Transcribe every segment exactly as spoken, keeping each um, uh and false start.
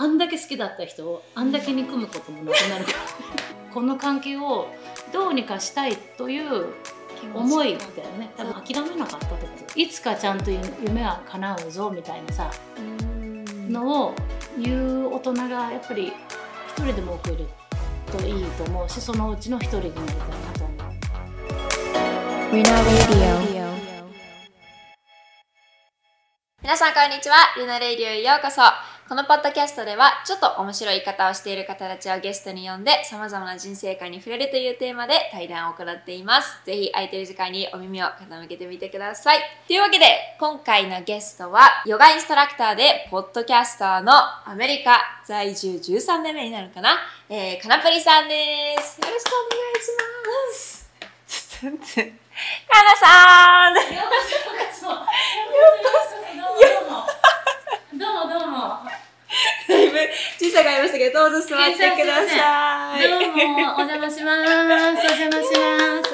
あんだけ好きだった人をあんだけ憎むこともなくなるからこの関係をどうにかしたいという思いだよね。多分諦めなかったってこと。いつかちゃんと夢は叶うぞみたいなさのを言う大人がやっぱり一人でも多くいるといいと思うし、そのうちの一人になりたいなと思う。 Rina Radio。皆さんこんにちは。ルナレイディオへようこそ。このポッドキャストではちょっと面白い言い方をしている方たちをゲストに呼んで様々な人生観に触れるというテーマで対談を行っています。ぜひ空いている時間にお耳を傾けてみてください。というわけで今回のゲストはヨガインストラクターでポッドキャスターのアメリカ在住じゅうさんねんめになるかな、えー、かなぷりさんです。よろしくお願いします。ちょっと待って。かなさん。ようこそ。ようこそ。どうもどうも。 だいぶ時差がありましたけど、どうぞ座ってください。 どうもお邪魔します。お邪魔します。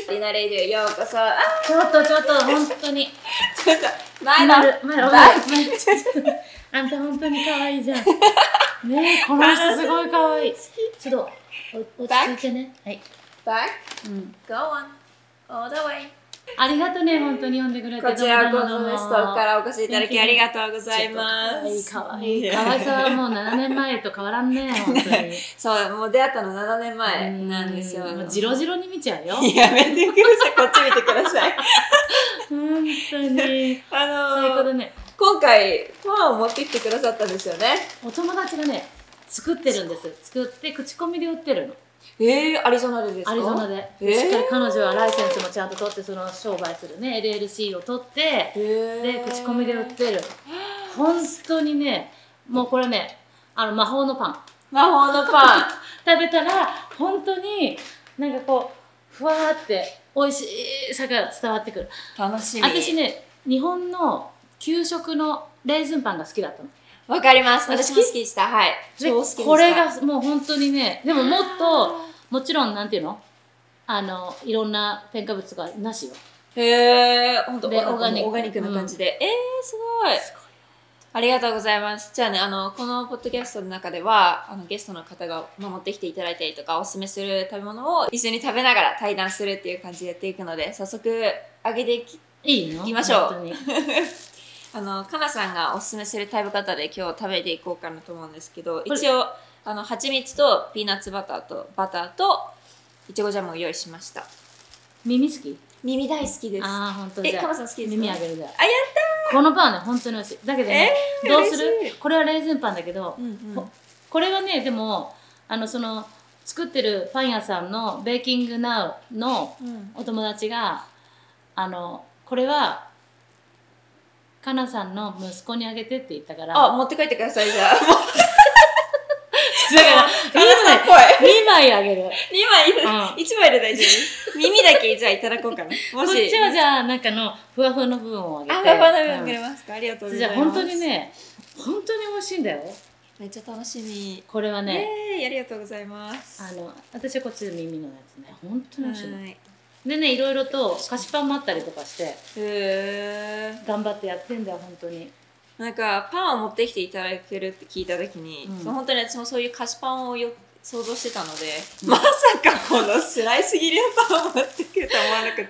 リナレイディオようこそ。 ちょっとちょっと本当に。 ちょっと前の前の前あんた本当に可愛いじゃん。ねえ、この人すごい可愛い。ちょっと落ち着いてね。はい。 Back。うん。Go on. All the way。 ありがとうね、本当に呼んでくれて。 こちらこそです。遠くからお越しいただきありがとうございます。 かわいい、かわいい。可愛さはもうななねんまえと変わらんね、本当に。 そう、もう出会ったのななねんまえなんですよ。 もうジロジロに見ちゃうよ。 やめてください、こっち見てください。 本当に。あのー、最高だね。 今回、パンを持ってきてくださったんですよね。 お友達がね、作ってるんです。作って口コミで売ってるの。 えー、アリゾナでですか？ アリゾナで、 えー、 しっかり彼女はライセンスもちゃんと取って、その商売するね エルエルシー を取って、えー、で口コミで売ってる。本当にね、もうこれね、あの魔法のパン魔法のパン食べたら本当になんかこうふわーって美味しいさが伝わってくる。 楽しみ。 私ね、日本の給食のレーズンパンが好きだったの。 わかります。私も好きでした。はい。超好きでした。 これがもう本当にね、でももっともちろんなんていうの、あのいろんな添加物がなしよ。 へえ、本当。 でオーガニック、 オーガニックな感じで、うん、えー、すごい。すごい。ありがとうございます。じゃあね、あのこのポッドキャストの中ではあのゲストの方が持ってきていただいたりとかおすすめする食べ物を一緒に食べながら対談するっていう感じでやっていくので、早速あげていき、 いいの？ いきましょう。 本当にあのかなさんがおすすめする食べ方で今日食べていこうかなと思うんですけど、一応あの蜂蜜とピーナッツバターとバターといちごジャムを用意しました。 耳好き？ 耳大好きです。 ああ、本当。じゃあえ、かなさん好きですか？ 耳あげるじゃん。 あ、やったー。 このパンね、本当に美味しい。だけどね、 えー、 どうする？これはレーズンパンだけど、 うんうん、 これはね、でもあのその作ってるパン屋さんのベーキングナウのお友達が、うん、あのこれはかなさんの息子にあげてって言ったから、 あ、持って帰ってください。じゃあだからにまいあげる。 にまい、うん、いちまいで大丈夫。耳だけじゃあいただこうかな。もしこっちはじゃあなんかのふわふわの部分をあげて。 あ、ふわふわの部分あげますか、うん、ありがとうございます。 じゃあ本当にね、本当に美味しいんだよ。 めっちゃ楽しみ。 これはね、 えー、ありがとうございます。 あの私はこっちで耳のやつね、本当に美味しいの。でね、いろいろと菓子パンもあったりとかして、 へー、 頑張ってやってんだよ本当に。 なんかパンを持ってきていただけるって聞いた時に、うん、本当に私もそういう菓子パンをよ想像してたので、うん、まさかこのスライス切りのパンを持ってくるとは思わなかった。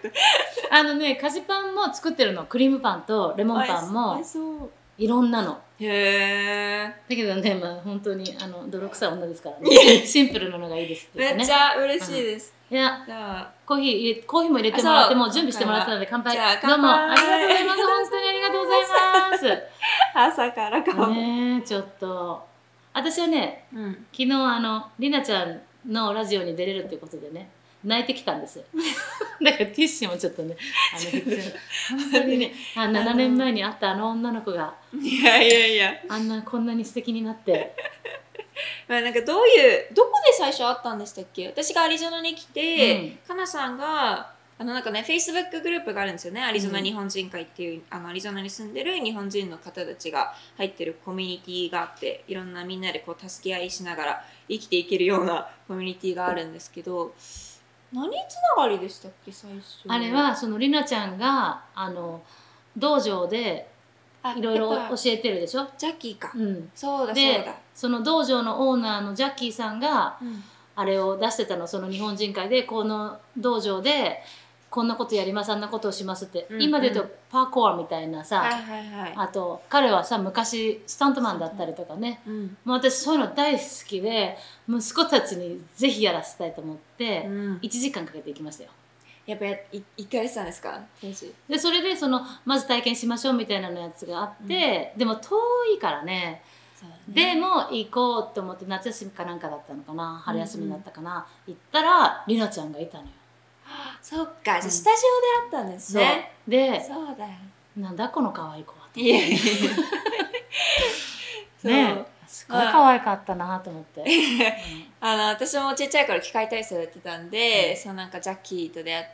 あのね、菓子パンも作ってるの。クリームパンとレモンパンもいろんなの。 へー。 だけどね、まあ本当にあの泥臭い女ですからね。シンプルなのがいいですって言ってね。 めっちゃ嬉しいです。 うん、いや、じゃあコーヒー入れコーヒーも入れてもらってもう準備してもらったので乾杯。どうもありがとうございます。本当にありがとうございます。 朝からかもね、ちょっと私はね、うん、昨日あのりなちゃんのラジオに出れるっていうことでね、泣いてきたんです。だからティッシュもちょっとね、あの本当にね、あななねんまえに会ったあの女の子がいやいやいや、 あんなこんなに素敵になってまあなんかどういうどこで最初会ったんでしたっけ？私がアリゾナに来て、うん、かなさんがあのなんかね、Facebook グループがあるんですよね。アリゾナ日本人会っていう、うん、あのアリゾナに住んでる日本人の方たちが入ってるコミュニティがあって、いろんなみんなでこう助け合いしながら生きていけるようなコミュニティがあるんですけど、何つながりでしたっけ最初？ あれはそのりなちゃんがあの道場であいろいろやっぱ教えてるでしょ。 ジャッキーか、 うん、 そうだそうでだ、 その道場のオーナーのジャッキーさんがうんあれを出してたの、その日本人会で、この道場でこんなことやります、あんなことをしますって、 うん今で言うとパーコアみたいなさ、 はいはいはい、 あと彼はさ昔スタントマンだったりとかね、 うん、 もう私そういうの大好きで、息子たちにぜひやらせたいと思ってうんいちじかんかけて行きましたよ。 やっぱり一回やってたんですか、先生。 でそれでそのまず体験しましょうみたいなのやつがあって、うん、でも遠いからね、ねでも行こうと思って、夏休みかなんかだったのかな、春休みだったかな、うんうん、行ったらりなちゃんがいたのよ。 そっか、じゃあスタジオであったんですね。 そうで、 そうだよ、 なんだこの可愛い子はと。 いやいやねえ、すごい可愛かったなと思って、うん、 あの私もちっちゃい頃器械体操やってたんで、うん、そのなんかジャッキーと出会って、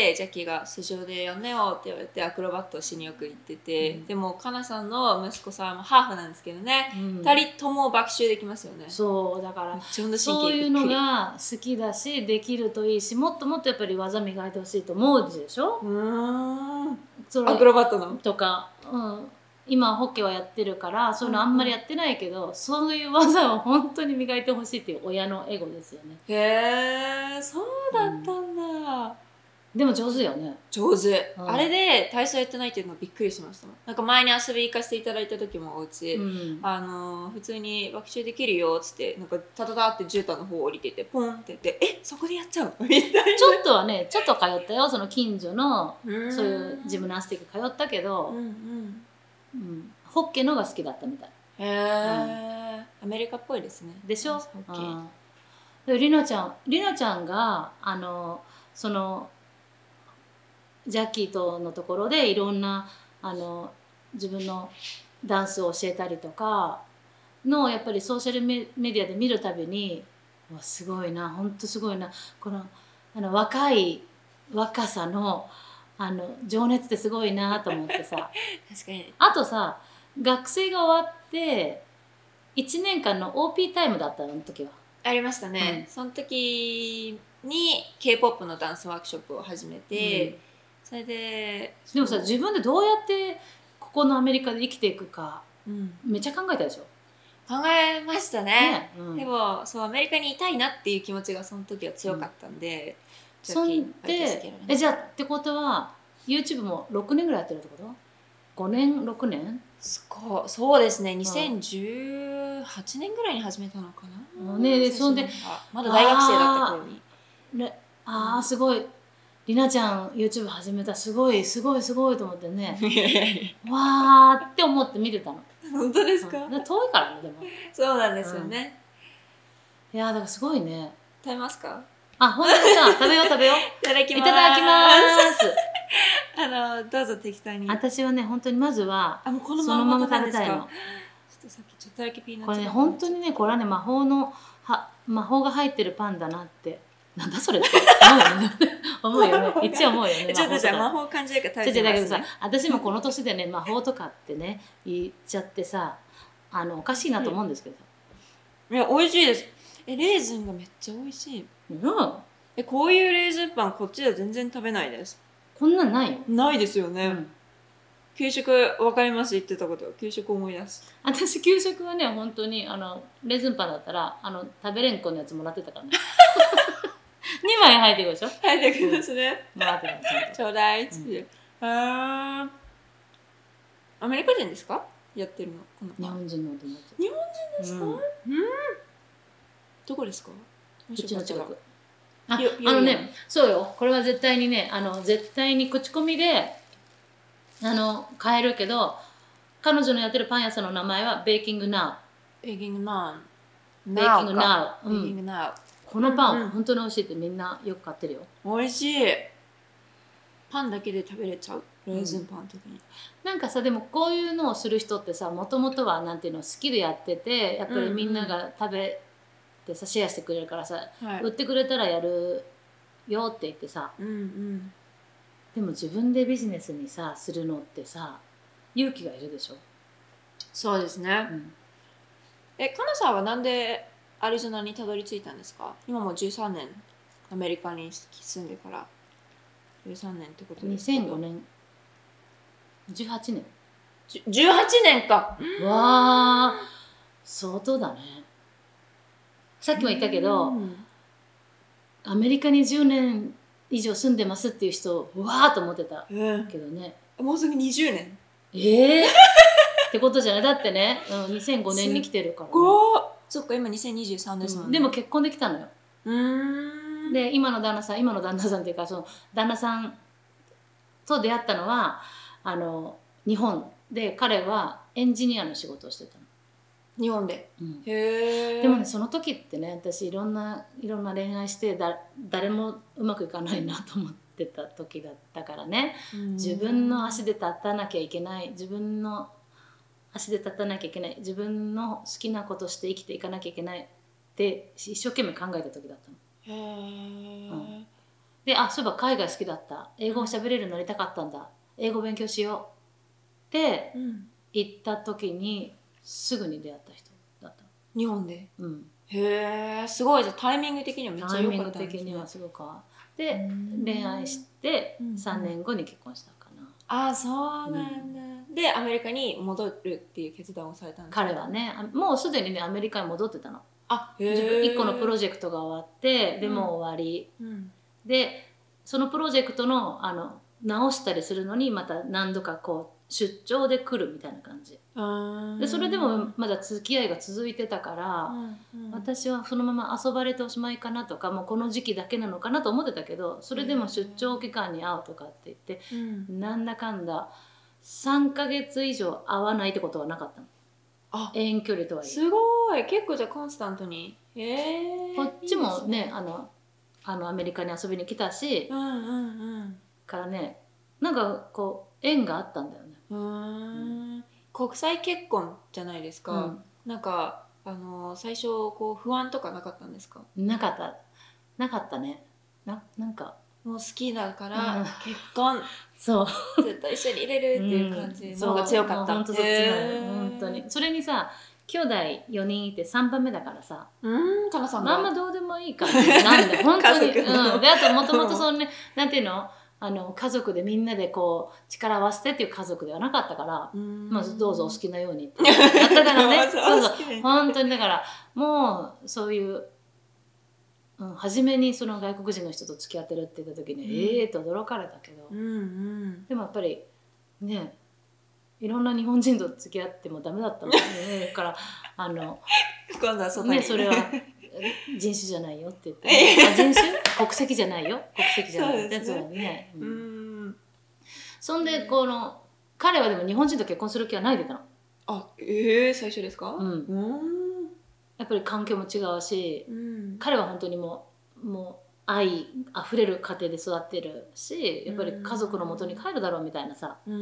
ジャッキーがスタジオでやんねよって言われてアクロバットをしによく行ってて、うん、でもかなさんの息子さんもハーフなんですけどね、うん、ふたりとも爆笑できますよね。 そうだからそういうのが好きだし、できるといいし、もっともっとやっぱり技磨いてほしいと思うでしょ。うーん、それアクロバットのとか、うん、今ホッケーはやってるからそういうのあんまりやってないけど、うんうん、そういう技を本当に磨いてほしいっていう親のエゴですよね。 へえ、そうだったんだ、うん、 でも上手よね。 上手、うん、あれで体操やってないっていうのびっくりしました。なんか前に遊び行かせていただいた時もお家、うん、あの普通に爆笑できるよっつって、なんかタタタって絨毯の方降りててポンって言って、えそこでやっちゃうみたいな。 ちょっとはね、ちょっと通ったよ、その近所のそういうジムナスティック通ったけど、うんうんうん、ホッケーのが好きだったみたい。 へえ、うん、アメリカっぽいですね。 でしょ。でりなちゃんりなちゃんがあのそのジャッキーとのところでいろんなあの自分のダンスを教えたりとかのやっぱりソーシャルメディアで見るたびに、わすごいな、本当すごいな、このあの若い若さのあの情熱ってすごいなと思ってさ確かに。あとさ、学生が終わっていちねんかんの オーピー タイムだったの、あの時はありましたね、うん、その時に ケーポップ のダンスワークショップを始めて、うん、それででもさ、自分でどうやってここのアメリカで生きていくか、うん、めっちゃ考えたでしょ。 考えましたね、 ね、うん、 でもそうアメリカにいたいなっていう気持ちがその時は強かったんで、 うん、そんでえじゃあってことは YouTube もろくねんぐらいやってるってこと？ごねんろくねん？ すごい、そうですね、にせんじゅうはちねんぐらいに始めたのかな、 うん、ね、でそんでまだ大学生だった頃に、 ね、ああすごい、りなちゃん YouTube 始めた、すごいすごいすごいと思ってねわーって思って見てたの。 本当ですか？ うん、遠いからね、でもそうなんですよね、 うん、いやだからすごいね。 食べますか？ あ、本当にさ食べよう食べよういただきます。 いただきますあのどうぞ適当に。 私はね本当にまずはあもうこのそのまま食べたいの。ちょっとさっきちょっとだけピーナッツこれね本当にね、これはね魔法のは魔法が入ってるパンだなって、なんだそれって思うよね思うよね一応思うよね。 ちょっとじゃあ魔法感じるから食べてますね。 だけどさ、私もこの年でね魔法とかってね言っちゃってさ、あのおかしいなと思うんですけど、 うん、いや美味しいです。えレーズンがめっちゃ美味しい。うん、えこういうレーズンパンこっちでは全然食べないです。 こんなんないよ。 ないですよね、うん、給食わかります、言ってたこと。給食思い出す。 私給食はね本当にあのレーズンパンだったらあの食べれんこのやつもらってたからねにまい入ってくるでしょ。 入ってくるんですね、 うん、もらってたちょうだいっつって、うん、あアメリカ人ですかやってるの？この日本人のお友達。 日本人ですか？うん、うん、どこですか？ うちの近く。あ, あのね、そうよ、これは絶対にね、あの絶対に口コミであの買えるけど、彼女のやってるパン屋さんの名前はベーキングナウ。ベーキングナウ。ベーキングナウ。ベーキングナウ。 このパン、うんうん、本当に美味しいってみんなよく買ってるよ。 美味しい。パンだけで食べれちゃう。レーズンパン特に、うん、 なんかさ、でもこういうのをする人ってさ、もともとはなんていうの好きでやってて、やっぱりみんなが食べてさシェアしてくれるからさ、はい、売ってくれたらやるよって言ってさ、うんうん、でも自分でビジネスにさするのってさ勇気がいるでしょ。 そうですね、うん、えかなさんはなんでアリゾナにたどり着いたんですか？今もじゅうさんねんアメリカに住んでからじゅうさんねんってことですけど、 にせんごねんじゅうはちねんじゅうはちねんか。 わー相当だね。さっきも言ったけど、 うん、 アメリカにじゅうねん以上住んでますっていう人うわーと思ってたけどね、 うん、もうすぐにじゅうねん。 ええー、ってことじゃない。だってね、うん、にせんごねんに来てるからね。 そっか、今にせんにじゅうさんですもんね、 うん、でも結婚できたのよ。 うーんで今の旦那さん今の旦那さんっていうかその旦那さんと出会ったのはあの日本で、彼はエンジニアの仕事をしてたの、 日本で、 うん、 へえ。 でもねその時ってね、私いろんないろんな恋愛してだ誰もうまくいかないなと思ってた時だったからね、自分の足で立たなきゃいけない、自分の足で立たなきゃいけない、自分の好きなことして生きていかなきゃいけないって一生懸命考えた時だったの。 へえ、 うん、で、あ、そういえば海外好きだった、英語を喋れるようになりたかったんだ、英語勉強しようって言った時にすぐに出会った人だった。 日本で、 うん、 へえ、すごい。じゃタイミング的にはめっちゃ良かったんですね。 タイミング的にはすごくで恋愛してさんねんごに結婚したかな。 あ、そうなんだ、うん、でアメリカに戻るっていう決断をされたんですか。 彼はね、もうすでにねアメリカに戻ってたの。 あ、へえ。いっこのプロジェクトが終わってでもう終わり、 うんうん、でそのプロジェクトのあの直したりするのにまた何度かこう出張で来るみたいな感じで、それでもまだ付き合いが続いてたから、うんうん、私はそのまま遊ばれておしまいかなとか、もうこの時期だけなのかなと思ってたけど、それでも出張期間に会うとかって言って、うん、なんだかんださんかげつ以上会わないってことはなかったの。あ、遠距離とはいえすごい。結構じゃあコンスタントに、 えー、こっちもね、あのあのアメリカに遊びに来たし、うんうんうん、からね、なんかこう縁があったんだよね。うーん、 うん、国際結婚じゃないですか、うん、なんかあの最初こう不安とかなかったんですか。 なかったなかったね。ななんかもう好きだから結婚、うん、 そうずっと一緒にいれるっていう感じの方が強かった。 本当そっちなの本当に。それにさ、兄弟よにんいてさんばんめだからさ、 うん、かなさんがまあまあどうでもいい感じなんで本当に、うん、であともともとそのね、なんていうの、あの家族でみんなでこう力を合わせてっていう家族ではなかったから、まあ、どうぞお好きなようにってだったからねそうそう本当に。だからもうそういう、うん、初めにその外国人の人と付き合ってるって言った時に、うん、ええー、と驚かれたけど、うんうん、でもやっぱりね、いろんな日本人と付き合ってもダメだったもんね。だからあの今度は外に、 ね、それは人種じゃないよって言って、ね、あ、人種国籍じゃないよ国籍じゃないってやつはね、うん、うん、そんでこの彼はでも日本人と結婚する気はないでたの。 あ、ええー、最初ですか。 うん、うん、やっぱり環境も違うし、うん、彼は本当にもうもう愛あふれる家庭で育ってるし、やっぱり家族の元に帰るだろうみたいなさ、うん、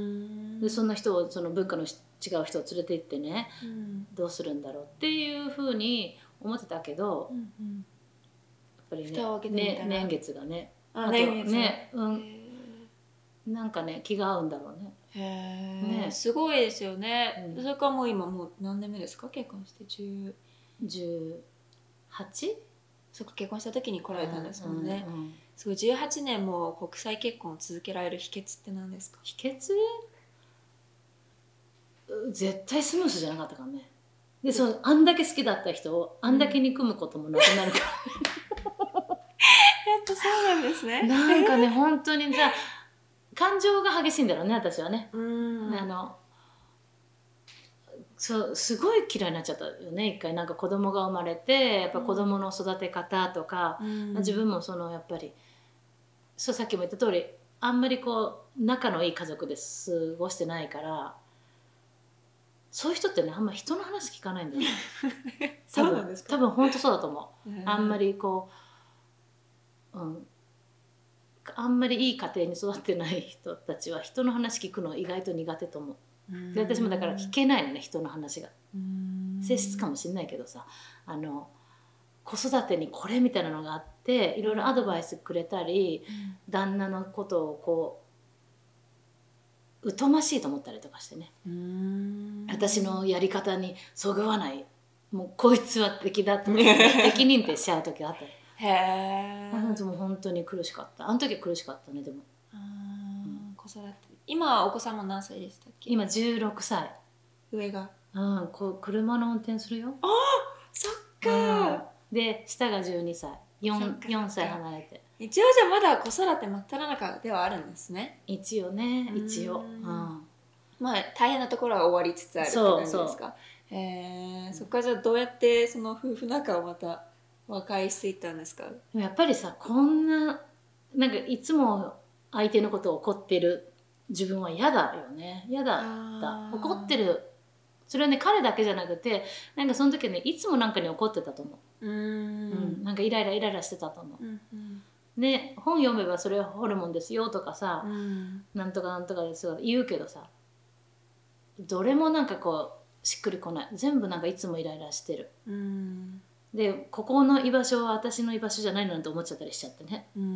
でそんな人をその文化の違う人を連れて行ってね、うん、どうするんだろうっていうふうに思ってたけど、うんうん、やっぱり ね, ね年月がね、 ああと年月ね、うん、なんかね気が合うんだろうね。 へえ、ね、すごいですよね、うん、それからもう今もう何年目ですか、結婚してじゅうはち？そっか、結婚した時に来られたんですもんね、うんうん、すごいじゅうはちねんも国際結婚を続けられる秘訣って何ですか。 秘訣？絶対スムースじゃなかったからね。で、そのあんだけ好きだった人をあんだけ憎むこともなくなるから、 うん、やっぱそうなんですね。 なんかね本当にじゃあ感情が激しいんだろうね、私はね。うん、あのそうすごい嫌いになっちゃったよね、一回。なんか子供が生まれてやっぱ子供の育て方とか、うん、自分もそのやっぱりそうさっきも言った通りあんまりこう仲のいい家族で過ごしてないから、そういう人ってねあんま人の話聞かないんだよね多分そうなんですか。多分本当そうだと思う、うん、あんまりこう、うん、あんまりいい家庭に育ってない人たちは人の話聞くの意外と苦手と思う。で私もだから聞けないのね、人の話が。性質かもしれないけどさ、あの子育てにこれみたいなのがあっていろいろアドバイスくれたり、うん、旦那のことをこう疎ましいと思ったりとかしてね、うーん、私のやり方にそぐわない、もうこいつは敵だと思って敵認定しちゃう時あったりへえ。でも本当に苦しかった。あの時は苦しかったね。でもあ、うん、子育て今お子さんも何歳でしたっけ？ 今じゅうろくさい。 上が。 うん、こう車の運転するよ。 ああ、そっか、 うん、で下がじゅうにさい、 よん, そっかよんさい離れて。 一応じゃあまだ子育て真っ只中ではあるんですね。 一応ね、一応。 ううんん、 まあ大変なところは終わりつつあるって感じですか？えー、そっか。じゃあどうやってその夫婦仲をまた和解していったんですか？ でもやっぱりさ、こんななんかいつも相手のことを怒ってる自分は嫌だよね。嫌だった。怒ってる、それはね彼だけじゃなくて、なんかその時ねいつもなんかに怒ってたと思う。 うーん、 うん、なんかイライライライラしてたと思う。 うんうんで本読めばそれはホルモンですよとかさ、 うん、 なんとかなんとかですよ言うけどさ、どれもなんかこうしっくりこない。全部なんかいつもイライラしてる。 うん、 でここの居場所は私の居場所じゃないのなんて思っちゃったりしちゃってね。 うん、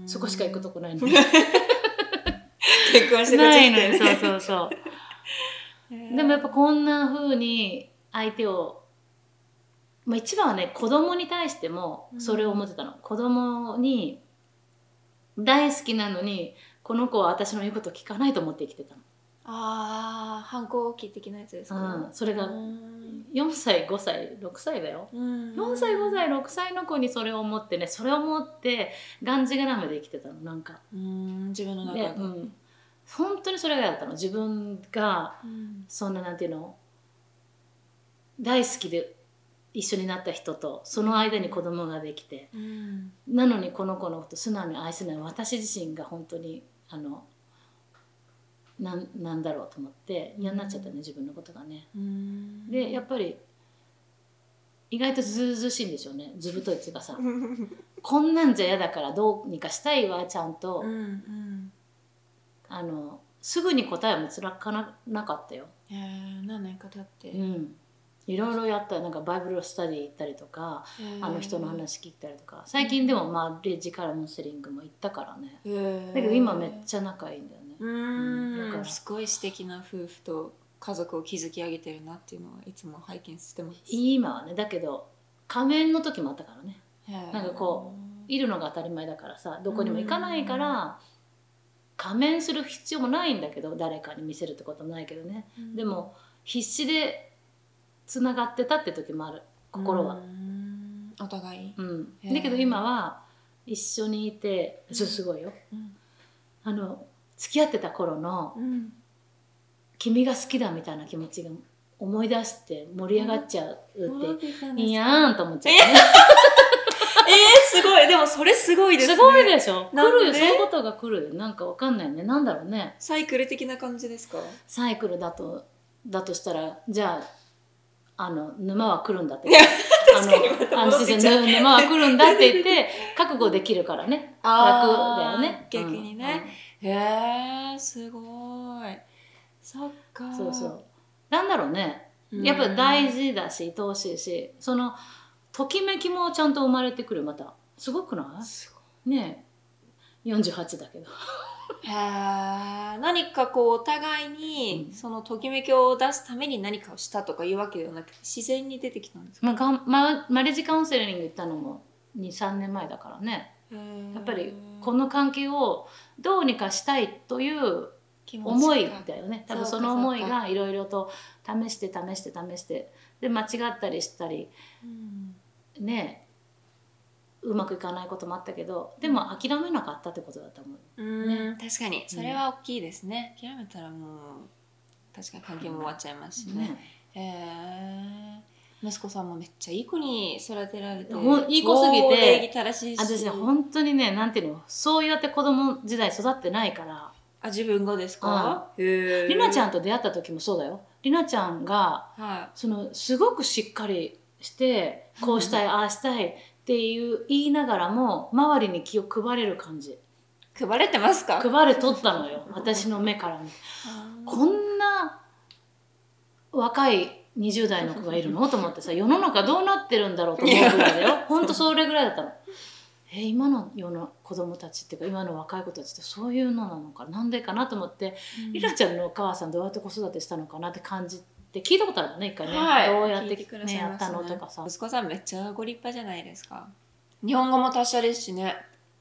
そこしか行くとこないのに結婚してこっちないのに、 来てね。 そうそうそうでもやっぱこんな風に相手を、まあ、一番はね子供に対してもそれを思ってたの、うん、子供に大好きなのにこの子は私の言うこと聞かないと思って生きてたの。 ああ、反抗期的なやつですか？ うん、それがよんさいごさいろくさいだよ。よんさいごさいろくさいの子にそれを思ってね、それを思ってがんじがらめで生きてたの。なんかうん自分の中で、 うん、本当にそれが嫌だったの。自分が、 うん、 そんななんていうの、大好きで一緒になった人とその間に子供ができて、うん、なのにこの子のこと素直に愛せない私自身が本当にあのな ん, なんだろうと思って嫌になっちゃったね、自分のことがね。うん、でやっぱり意外とずうずうしいんでしょうね、ずぶといっていうかさこんなんじゃ嫌だからどうにかしたいわちゃんと、うんうん、あのすぐに答えは見つかな, なかったよ。 えー、何年か経って、 うん、いろいろやった。なんかバイブルスタディ行ったりとか、あの人の話聞いたりとか、最近でもまあレジカラモンセリングも行ったからね。だけど今めっちゃ仲いいんだよね。 うーん、うん、だからすごい素敵な夫婦と家族を築き上げてるなっていうのはいつも拝見してます。 今はね、だけど仮面の時もあったからね。なんかこういるのが当たり前だからさ、どこにも行かないから仮面する必要もないんだけど、誰かに見せるってこともないけどね。でも必死でつながってたって時もある、心は。 お互い、 うん、だけど今は一緒にいて、うん、すごいよ、うん、あの付き合ってた頃の、うん、君が好きだみたいな気持ちが思い出して盛り上がっちゃうって、うん、いやーんと思っちゃったね。 えー、すごい。でもそれすごいですね。 すごいでしょ。来るよ、そういうことが来るよ。なんかわかんないね。なんだろうね。 サイクル的な感じですか？ サイクルだとだとしたら、じゃああの沼は来るんだって。あの安心して沼は来るんだって言って覚悟できるからね。楽だよね。 逆にね。うん、へえ、すごい。そっか。 そうそう。なんだろうね。やっぱ大事だし、愛おしいし、そのときめきもちゃんと生まれてくる。またすごくない？すごいね。よんじゅうはちだけど。 へえ。何かこうお互いにそのときめきを出すために何かをしたとかいうわけではなくて、自然に出てきたんですか？ まあ、ま、マレージカウンセリング行ったのもにさんねんまえだからね。やっぱりこの関係をどうにかしたいという思いだよね。多分その思いがいろいろと試して試して試してで間違ったりしたり、うん、ねうまくいかないこともあったけど、でも諦めなかったってことだと思う、 うんね、確かにそれは大きいですね、うん、諦めたらもう確かに関係も終わっちゃいますしね、うん、えー、息子さんもめっちゃいい子に育てられて、 いい子すぎて礼儀正しいし、 私ね本当にね、なんていうの、そうやって子供時代育ってないから。 あ、自分がですか？ うん、へー。りなちゃんと出会った時もそうだよ。りなちゃんが、はい、そのすごくしっかりしてこうしたいああしたいっていう言いながらも周りに気を配れる感じ。 配れてますか？ 配れとったのよ私の目からね。こんな若いにじゅう代の子がいるのと思ってさ、世の中どうなってるんだろうと思うぐらいだよ。ほんとそれぐらいだったの。えー、今の世の子供たちっていうか今の若い子たちってそういうのなのかなんでかなと思って、うん、りなちゃんのお母さんどうやって子育てしたのかなって感じて聞いたことあるね、一回ね、はい、どうやって、ね、やったのとかさ。 息子さんめっちゃご立派じゃないですか。日本語も達者ですしね。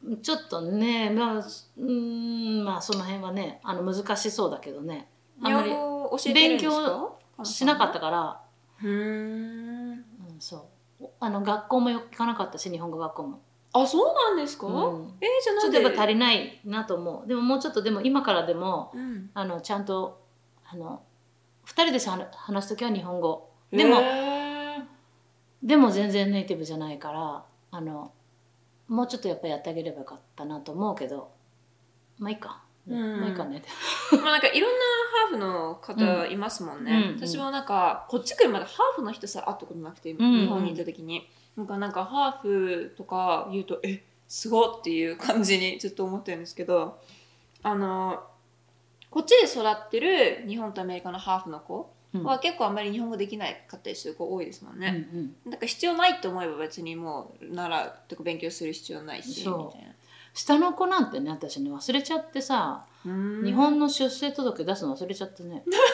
ちょっとね、まあ、うーん、まあその辺はね、あの難しそうだけどね。あんまり日本語教えてるんですか？ 勉強しなかったから。 うーん。 うん、そう。あの学校もよく行かなかったし、日本語学校も。 あ、そうなんですか？ うん、 えー、じゃあなんで？ ちょっとやっぱ足りないなと思う。でももうちょっと、でも今からでも、 うん、 あのちゃんとあのふたりで話すときは日本語。でも、 えー、 でも全然ネイティブじゃないから、あのもうちょっとやっぱりやってあげればよかったなと思うけど、まあいいか。 うん、 まあいいかね。 まあなんかいろんなハーフの方いますもんね、うん、私もなんかこっち来るまでハーフの人さ会ったことなくて、うん、日本にいた時になんかなんかハーフとか言うとえすごっていう感じにずっと思ってるんですけど、あのこっちで育ってる日本とアメリカのハーフの子は結構あんまり日本語できないかったりする子多いですもんね、うんうん、だから必要ないと思えば別にもう習うとか勉強する必要ないしみたいな。 下の子なんてね、私ね忘れちゃってさ、日本の出生届出すの忘れちゃってねそこ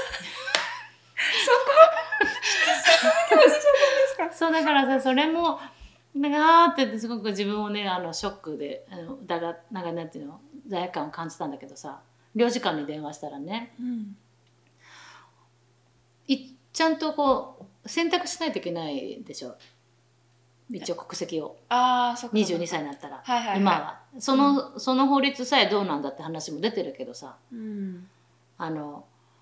出生届忘れちゃったんですか？そうだからさ、それもなんかあーってってすごく自分をね、あのショックで、あのだがなんかなんていうの、罪悪感を感じたんだけどさ、領事館に電話したらね、うん、いちゃんとこう選択しないといけないでしょ、一応国籍を。あ、そっかそっか、にじゅうにさいになったら、はいはいはい、今はその、うん、その法律さえどうなんだって話も出てるけどさ、うん、あの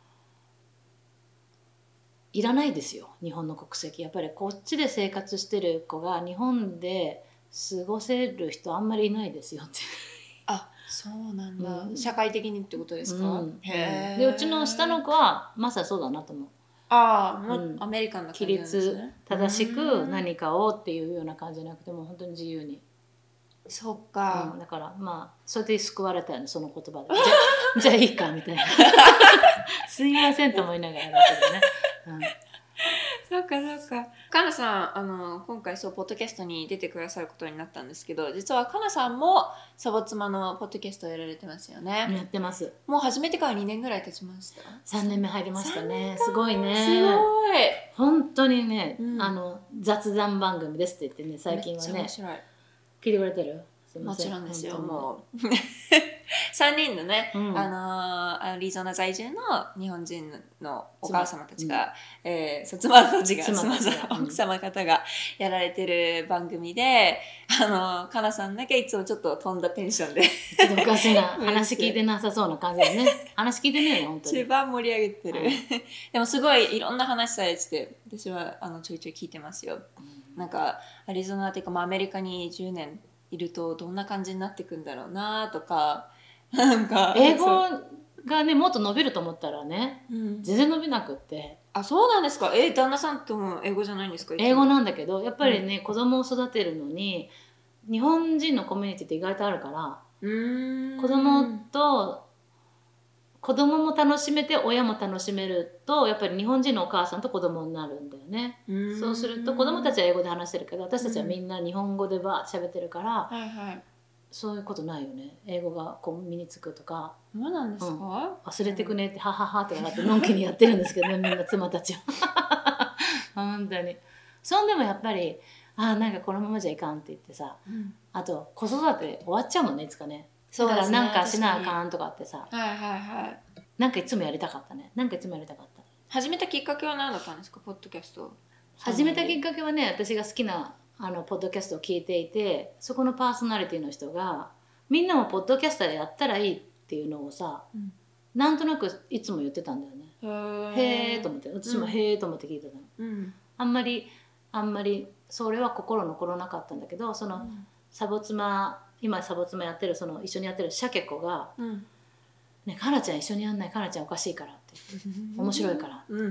いらないですよ日本の国籍。やっぱりこっちで生活してる子が日本で過ごせる人あんまりいないですよってあ、そうなんだ、うん、社会的にってことですか、うん、 へー。でうちの下の子はまさにそうだなと思う。 ああ、うん、アメリカンな感じなんですね。規律正しく何かをっていうような感じじゃなくても本当に自由に。 そっか、 うん、だからまあそれで救われたよね、その言葉で。じゃじゃあいいかみたいなすいませんと思いながらだけどね、うん、 そっかそっか。かなさん、あの今回そうポッドキャストに出てくださることになったんですけど、実はかなさんもサボ妻のポッドキャストをやられてますよね。 やってます。 もう始めてからにねんぐらい経ちました。 さんねんめ入りましたね。すごいね。 すごい。 本当にね、うん、あの雑談番組ですって言ってね、最近はね。めっちゃ面白い。聞いてくれてる？ もちろんですよ。もうさんにんのね、うん、あのアリゾナ在住の日本人のお母様たちが、うん、えー、妻たちが妻奥様方がやられてる番組で、あのかなさんだけいつもちょっと飛んだテンションでちょっとおかしいな話聞いてなさそうな感じでね話聞いてねえよ本当に。 一番盛り上げてる、はい、でもすごいいろんな話されてて、私はあのちょいちょい聞いてますよ、うん、なんかアリゾナっていうか、まあ、アメリカにじゅうねんいるとどんな感じになっていくんだろうなとか、なんか英語がねもっと伸びると思ったらね、うん、全然伸びなくって。 あ、そうなんですか。え、旦那さんとも英語じゃないんですか？ 英語なんだけどやっぱりね、うん、子供を育てるのに日本人のコミュニティって意外とあるから、うーん、子供と子供も楽しめて親も楽しめるとやっぱり日本人のお母さんと子供になるんだよね。うそうすると子供たちは英語で話してるけど私たちはみんな日本語でバーッ喋ってるから、はいはい、そういうことないよね。英語がこう身につくとか。 そうなんですか、うん、 忘れてくねってハハハってなってのんきにやってるんですけどねみんな妻たちは本当に。そんでもやっぱりあなんかこのままじゃいかんって言ってさ、うん、あと子育て終わっちゃうもんねいつかね。だからなんかしなあかんとかってさ、はいはいはい、なんかいつもやりたかったね。なんかいつもやりたかった。 始めたきっかけは何だったんですか、ポッドキャスト。 始めたきっかけはね、私が好きなあのポッドキャストを聞いていて、そこのパーソナリティの人がみんなもポッドキャスターでやったらいいっていうのをさ、うん、なんとなくいつも言ってたんだよね。へーと思って、私もへーと思って聞いてたの、うん、あんまりあんまりそれは心残らなかったんだけど、その、うん、サボ妻今サボ妻やってるその一緒にやってるシャケ子が、うんね、かなちゃん一緒にやんない、かなちゃんおかしいからって面白いから、うんうんうん、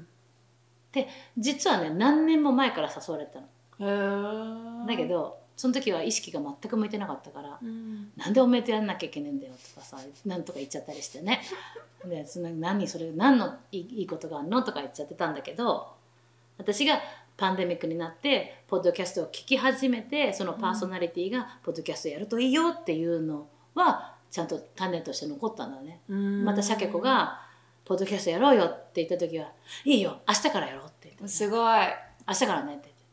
で実はね何年も前から誘われたの。へだけどその時は意識が全く向いてなかったから、うん、なんでおめえとやんなきゃいけねえんだよとかさ、なんとか言っちゃったりしてねでその何それ何のいいことがあるのとか言っちゃってたんだけど、私がパンデミックになってポッドキャストを聞き始めて、そのパーソナリティがポッドキャストやるといいよっていうのはちゃんと種として残ったんだね。またシャケ子がポッドキャストやろうよって言った時は、いいよ明日からやろうって言って、ね、 すごい明日からねって言って、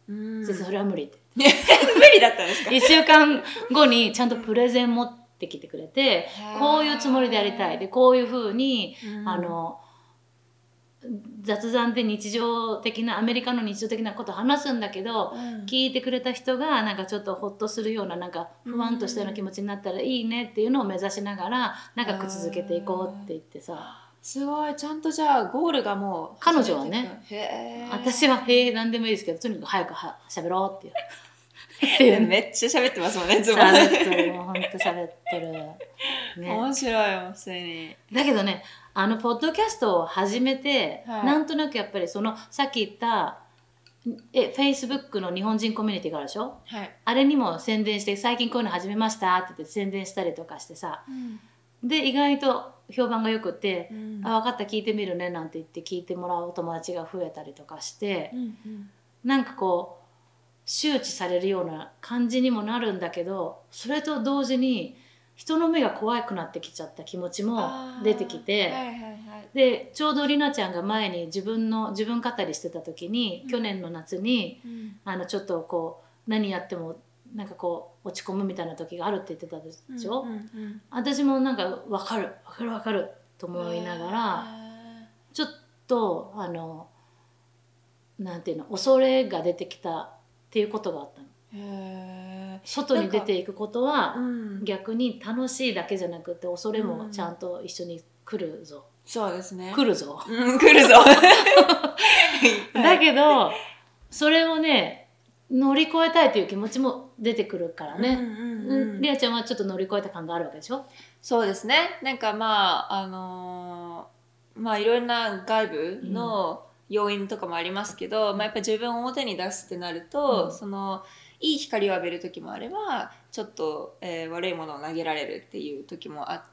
うん先生それは無理って無理だったんですか？ いっしゅうかんごにちゃんとプレゼン持ってきてくれて、こういうつもりでやりたいで、こういうふうに、うん、あの雑談で日常的なアメリカの日常的なことを話すんだけど、うん、聞いてくれた人がなんかちょっとホッとするような、なんか不安としたような気持ちになったらいいねっていうのを目指しながら長く続けていこうって言ってさ。 すごい、ちゃんとじゃあゴールがもう彼女はね、 へ私はへえ何でもいいですけどとにかく早くは喋ろうっていうめっちゃ喋ってますもんね。 喋ってる、ほんと喋ってる、ね、 面白いよ、普通に。 だけどね、あのポッドキャストを始めて、はい、なんとなくやっぱりそのさっき言ったえ Facebook の日本人コミュニティがあるでしょ、はい、あれにも宣伝して、最近こういうの始めましたって言って宣伝したりとかしてさ、うん、で意外と評判がよくて、うん、あ分かった聞いてみるねなんて言って聞いてもらうお友達が増えたりとかして、うんうん、なんかこう周知されるような感じにもなるんだけど、それと同時に人の目が怖くなってきちゃった気持ちも出てきて、はいはいはい、でちょうどりなちゃんが前に自分の自分語りしてた時に、うん、去年の夏に、うん、あのちょっとこう何やってもなんかこう落ち込むみたいな時があるって言ってたでしょ、うんうんうん、私もなんか分かる分かる分かると思いながら、ちょっとあのなんていうの、恐れが出てきたっていうことがあったの。へ、外に出ていくことは逆に楽しいだけじゃなくて恐れもちゃんと一緒に来るぞ、うん、 そうですね、 来るぞ、 うん、来るぞだけどそれをね乗り越えたいという気持ちも出てくるからね、うんうんうん、りあちゃんはちょっと乗り越えた感があるわけでしょ。 そうですね、なんかまああのー、まあいろんな外部の要因とかもありますけど、うん、まあ、やっぱ自分を表に出すってなると、うん、そのいい光を浴びる時もあればちょっと、えー、悪いものを投げられるっていう時もあって、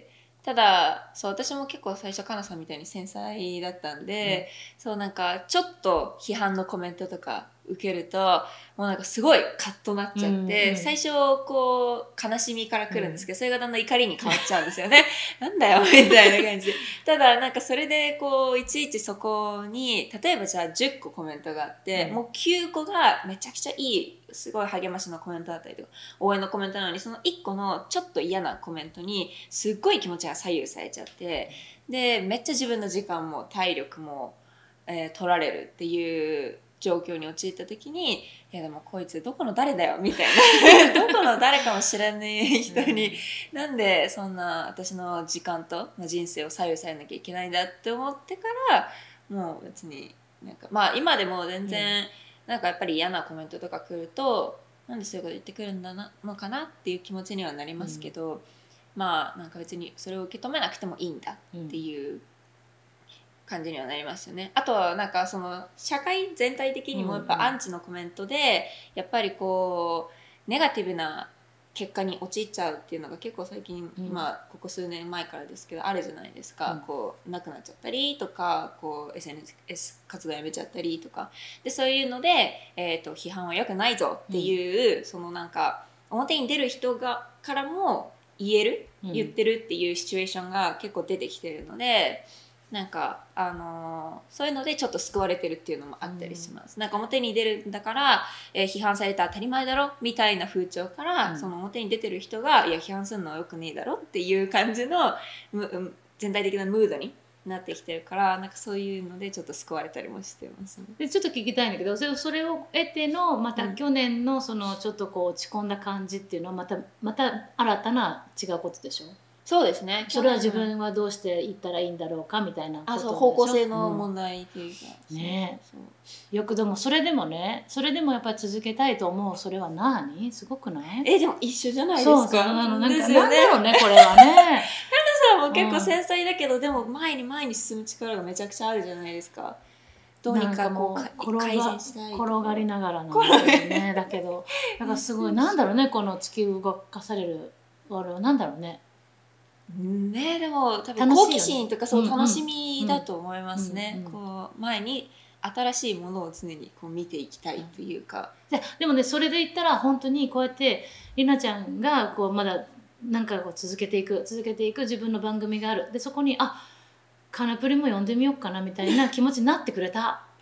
ただそう私も結構最初かなさんみたいに繊細だったんで、うん、そうなんかちょっと批判のコメントとか受けるともうなんかすごいカッとなっちゃって、うんうん、最初こう悲しみから来るんですけど、うん、それがだんだん怒りに変わっちゃうんですよねなんだよみたいな感じで、ただなんかそれでこういちいちそこに例えばじゃあじゅっこコメントがあって、うん、もうきゅうこがめちゃくちゃいいすごい励ましのコメントだったりとか応援のコメントなのに、そのいっこのちょっと嫌なコメントにすっごい気持ちが左右されちゃって、でめっちゃ自分の時間も体力も、えー、取られるっていう状況に陥った時に、いやでもこいつどこの誰だよみたいなどこの誰かも知らない人に、うん、なんでそんな私の時間と人生を左右されなきゃいけないんだって思ってから、もう別になんかまあ今でも全然、うん、なんかやっぱり嫌なコメントとか来るとなんでそういうこと言ってくるんだなのかなっていう気持ちにはなりますけど、うん、まあなんか別にそれを受け止めなくてもいいんだっていう感じにはなりますよね。あとはなんかその社会全体的にもやっぱアンチのコメントでやっぱりこうネガティブな結果に陥っちゃうっていうのが結構最近、うん、まあここ数年前からですけどあるじゃないですか、うん、こうなくなっちゃったりとかこう エスエヌエス 活動やめちゃったりとかで、そういうので、えーと、批判は良くないぞっていう、うん、そのなんか表に出る人がからも言える、うん、言ってるっていうシチュエーションが結構出てきてるので、なんか、あのー、そういうのでちょっと救われてるっていうのもあったりします、うん、なんか表に出るんだから、えー、批判されたら当たり前だろみたいな風潮から、うん、その表に出てる人がいや批判するのはよくねえだろっていう感じの全体的なムードになってきてるから、なんかそういうのでちょっと救われたりもしてます、ね、 でちょっと聞きたいんだけど、それ、それを得てのまた去年のそのちょっとこう落ち込んだ感じっていうのはまたまた新たな違うことでしょ。 そうですね。 それは自分はどうしていったらいいんだろうかみたいなことでしょ。 あ、そう、方向性の問題っていうか、 うん、ねえ、よくでもそれでもね、それでもやっぱり続けたいと思う、それは何すごくない？ えでも一緒じゃないですか。そうそう、 あのなんか、ね、なんだろうねこれはね。 ハナさんも結構繊細だけど、うん、でも前に前に進む力がめちゃくちゃあるじゃないですか。どうにかこう改善したい。 転がりながらなんだよね。だけど、だからすごいなんだろうね、この突き動かされるあれはなんだろうね。 ね、でも多分好奇心とかそう楽しみだと思いますね、うんうん、こう前に新しいものを常にこう見ていきたいというか、 で, でもねそれで言ったら本当にこうやってりなちゃんがこうまだ何かこう続けていく続けていく自分の番組がある、でそこにあカナプリも呼んでみようかなみたいな気持ちになってくれた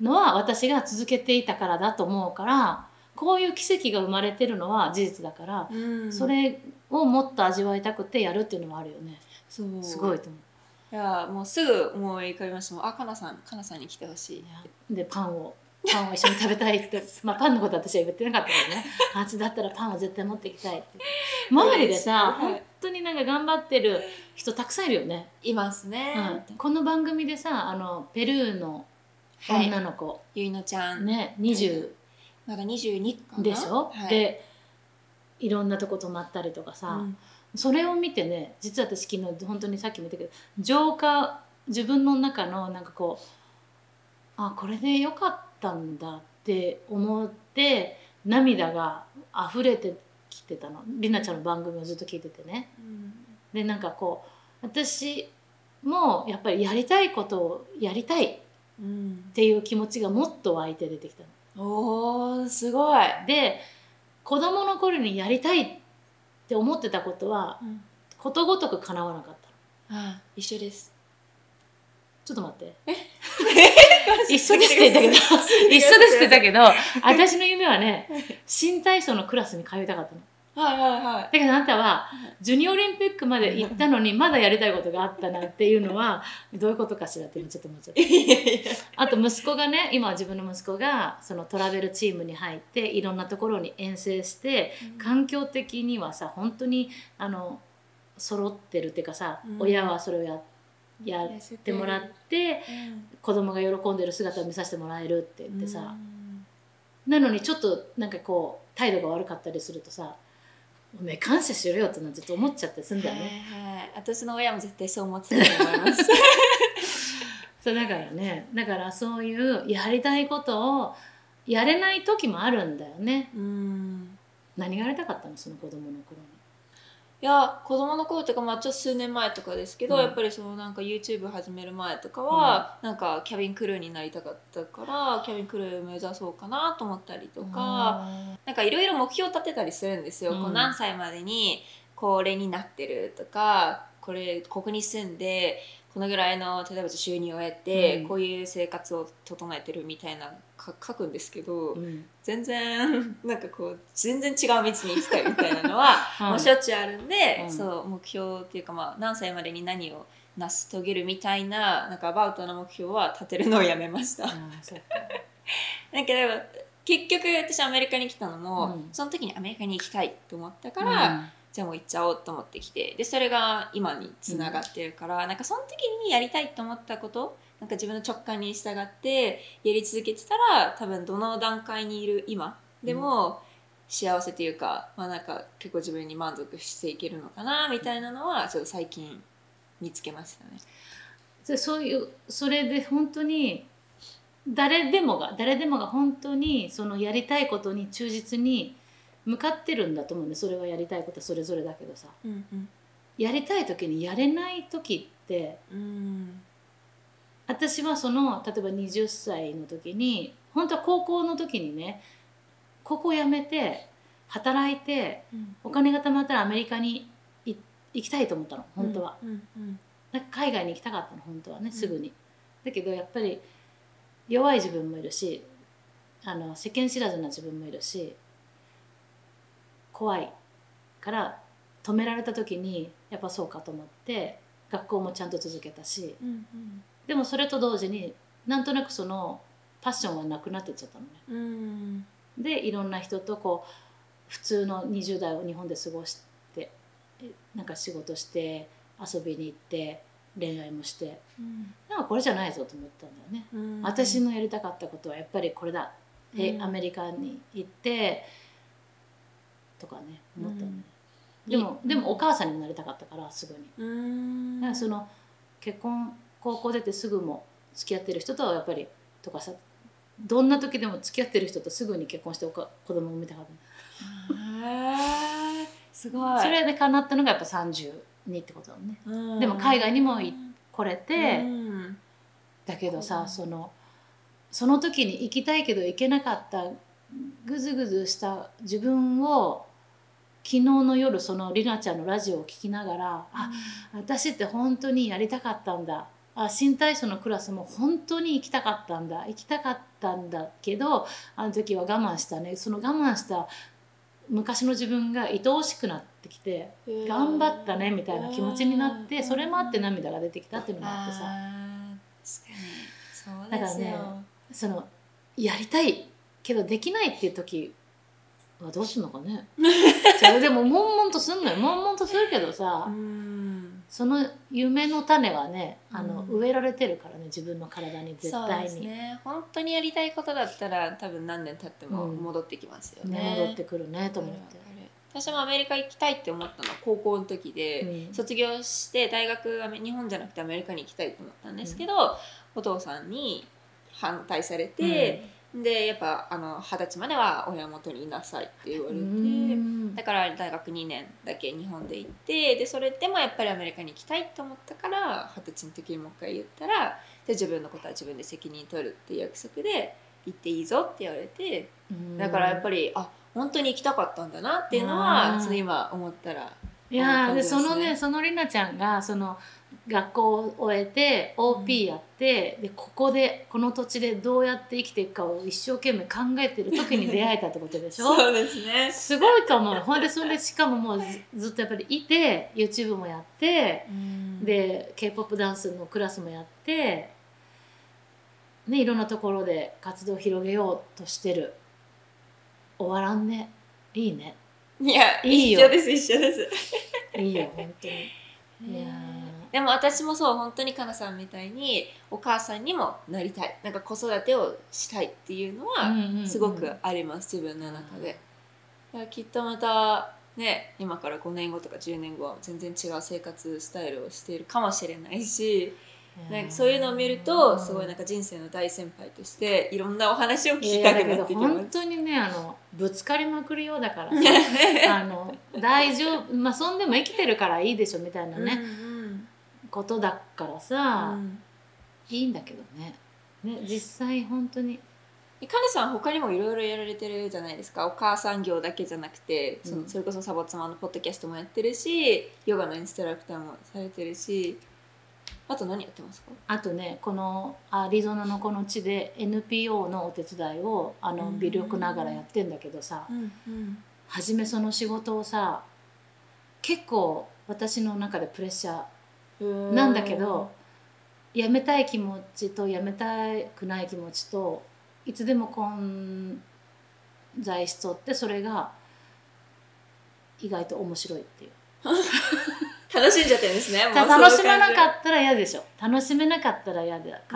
のは私が続けていたからだと思うから、こういう奇跡が生まれてるのは事実だから、うん、それをもっと味わいたくてやるっていうのもあるよね。そうすごいと思う。 いやもうすぐ思い浮かびました。もうあかなさんかなさんに来てほしい。でパンをパンを一緒に食べたいってまあパンのこと私は言ってなかったけどねあっちだったらパンを絶対持っていきたいって周りでさ、はい、本当になんか頑張ってる人たくさんいるよね。 いますね、 うん、この番組でさあのペルーの女の子、はい、 ゆいのちゃんねにじゅうまだにじゅうにかなでしょ、はい、でいろんなとこ泊まったりとかさ、うん、それを見てね実は私昨日本当にさっきも言ったけど浄化自分の中のなんかこうあこれでよかったんだって思って涙が溢れてきてたの。りなちゃんの番組をずっと聞いててね、うん、でなんかこう私もやっぱりやりたいことをやりたいっていう気持ちがもっと湧いて出てきたの、 うん、おーすごい。 で子供の頃にやりたいって思ってたことは、うん、ことごとく叶わなかったの。 ああ一緒です。 ちょっと待って一緒ですって言ったけど一緒ですって言ったけど私の夢はね新体操のクラスに通いたかったの。 はいはいはい。 だけどあなたはジュニアオリンピックまで行ったのにまだやりたいことがあったなっていうのはどういうことかしらっていうのちょっと思っちゃったあと息子がね今は自分の息子がそのトラベルチームに入っていろんなところに遠征して、うん、環境的にはさ本当にあの揃ってるっていうかさ、うん、親はそれをやってやってもらって、うん、子供が喜んでる姿を見させてもらえるって言ってさ、うん、なのにちょっとなんかこう態度が悪かったりするとさおめえ感謝しろよってずっと思っちゃってすんだよね、 はいはい、私の親も絶対そう思ってたと思いますそうだからねだからそういうやりたいことをやれない時もあるんだよね。うん、何がやりたかったのその子供の頃に。 いや子供の頃とか、まあ、ちょっと数年前とかですけど、うん、やっぱりそのなんか YouTube 始める前とかは、うん、なんかキャビンクルーになりたかったからキャビンクルー目指そうかなと思ったりとか、うん、なんかいろいろ目標を立てたりするんですよ、うん、こう何歳までにこれになってるとかこれここに住んでこのぐらいの例えば収入を得て、うん、こういう生活を整えてるみたいな書くんですけど、うん、全然なんかこう全然違う道に行きたいみたいなのは、うん、もうしょっちゅうあるんで、うん、そう目標っていうか、まあ、何歳までに何を成し遂げるみたいななんかアバウトな目標は立てるのをやめました。なんかでも結局私アメリカに来たのも、うん、その時にアメリカに行きたいと思ったから、うんじゃあもう行っちゃおうと思ってきてでそれが今につながってるから、うん、なんかその時にやりたいと思ったことなんか自分の直感に従ってやり続けてたら多分どの段階にいる今でも幸せというか、うん、まあなんか結構自分に満足していけるのかなみたいなのはちょっと最近見つけましたね。 そういうそれで本当に誰でもが誰でもが本当にそのやりたいことに忠実に向かってるんだと思うんでそれはやりたいことはそれぞれだけどさ、うんうん、やりたい時にやれない時って、うん、私はその例えばはたちの時に本当は高校の時にね高校辞めて働いて、うん、お金が貯まったらアメリカに行きたいと思ったの本当は、うんうんうん、なんか海外に行きたかったの本当はねすぐに、うん、だけどやっぱり弱い自分もいるしあの世間知らずな自分もいるし怖いから止められた時にやっぱそうかと思って学校もちゃんと続けたし、うんうん、でもそれと同時になんとなくそのパッションはなくなってっちゃったのね、うん、でいろんな人とこう普通のにじゅう代を日本で過ごしてなんか仕事して遊びに行って恋愛もして、うん、なんかこれじゃないぞと思ったんだよね、うん、私のやりたかったことはやっぱりこれだ、うん、アメリカに行ってとかね思ったのね、うん、でもでもお母さんにもなりたかったからすぐに、うん、だからその結婚高校出てすぐも付き合ってる人とはやっぱりとかさどんな時でも付き合ってる人とすぐに結婚しておか子供を産みたかったへすごいそれで叶ったのがやっぱさんじゅうにってことだもんね、うん、でも海外にも来れて、うん、だけどさそのその時に行きたいけど行けなかったぐずぐずした自分を昨日の夜そのりなちゃんのラジオを聞きながら、うん、あ私って本当にやりたかったんだあ新体操のクラスも本当に行きたかったんだ行きたかっったんだけど、あの時は我慢したね。その我慢した昔の自分が愛おしくなってきて、頑張ったねみたいな気持ちになって、それもあって涙が出てきたっていうのもあってさ。 確かにそうだからね、そのやりたいけどできないっていう時はどうするのかね。それでも悶々とすんのよ。悶々とするけどさ、うんその夢の種はね、あの、うん、植えられてるからね、自分の体に絶対に。そうですね。 本当にやりたいことだったら多分何年経っても戻ってきますよね。うん、 ね戻ってくるねと思って。 私もアメリカ行きたいって思ったのは高校の時で、うん、卒業して大学日本じゃなくてアメリカに行きたいと思ったんですけど、うん、お父さんに反対されて、うん、でやっぱあの二十歳までは親元にいなさいって言われて、うん、だから大学にねんだけ日本で行って、でそれでもやっぱりアメリカに行きたいと思ったから二十歳の時にもう一回言ったら、で自分のことは自分で責任取るっていう約束で行っていいぞって言われて、うん、だからやっぱりあ本当に行きたかったんだなっていうのはその今思ったら、 いやでそのねそのりなちゃんがその学校を終えて オーピー やって、うん、でここでこの土地でどうやって生きていくかを一生懸命考えてる時に出会えたってことでしょそうですね。 すごいと思う。ほんでそれでしかももう ず, ずっとやっぱりいて YouTube もやって、うん、で K-ポップ ダンスのクラスもやって、ね、いろんなところで活動を広げようとしてる。終わらんね。いいね。 いや、いいよ。一緒です一緒です。 いいよ本当に。いやでも私もそう本当にかなさんみたいにお母さんにもなりたい、なんか子育てをしたいっていうのはすごくあります、うんうんうん、自分の中で。いやきっとまたね今からごねんごとかじゅうねんごは全然違う生活スタイルをしているかもしれないし。なんかそういうのを見るとすごいなんか人生の大先輩としていろんなお話を聞きたくなってきます。 本当にねあのぶつかりまくるようだからさあの大丈夫、まあそんでも生きてるからいいでしょみたいなね、うんうん、ことだからさ、うん、いいんだけどねね実際本当に。 かなさん他にもいろいろやられてるじゃないですか。お母さん業だけじゃなくてその、うん、それこそサボ妻のポッドキャストもやってるしヨガのインストラクターもされてるし。あと何やってますか？ あとねこのアリゾナのこの地で エヌピーオー のお手伝いをあの微力ながらやってんだけどさ、うんうん、初めその仕事をさ結構私の中でプレッシャーなんだけど、辞めたい気持ちと辞めたくない気持ちといつでも混在しとって、それが意外と面白いっていう楽しんじゃってるんですね。もう楽しめなかったら嫌でしょ。楽しめなかったら嫌だから、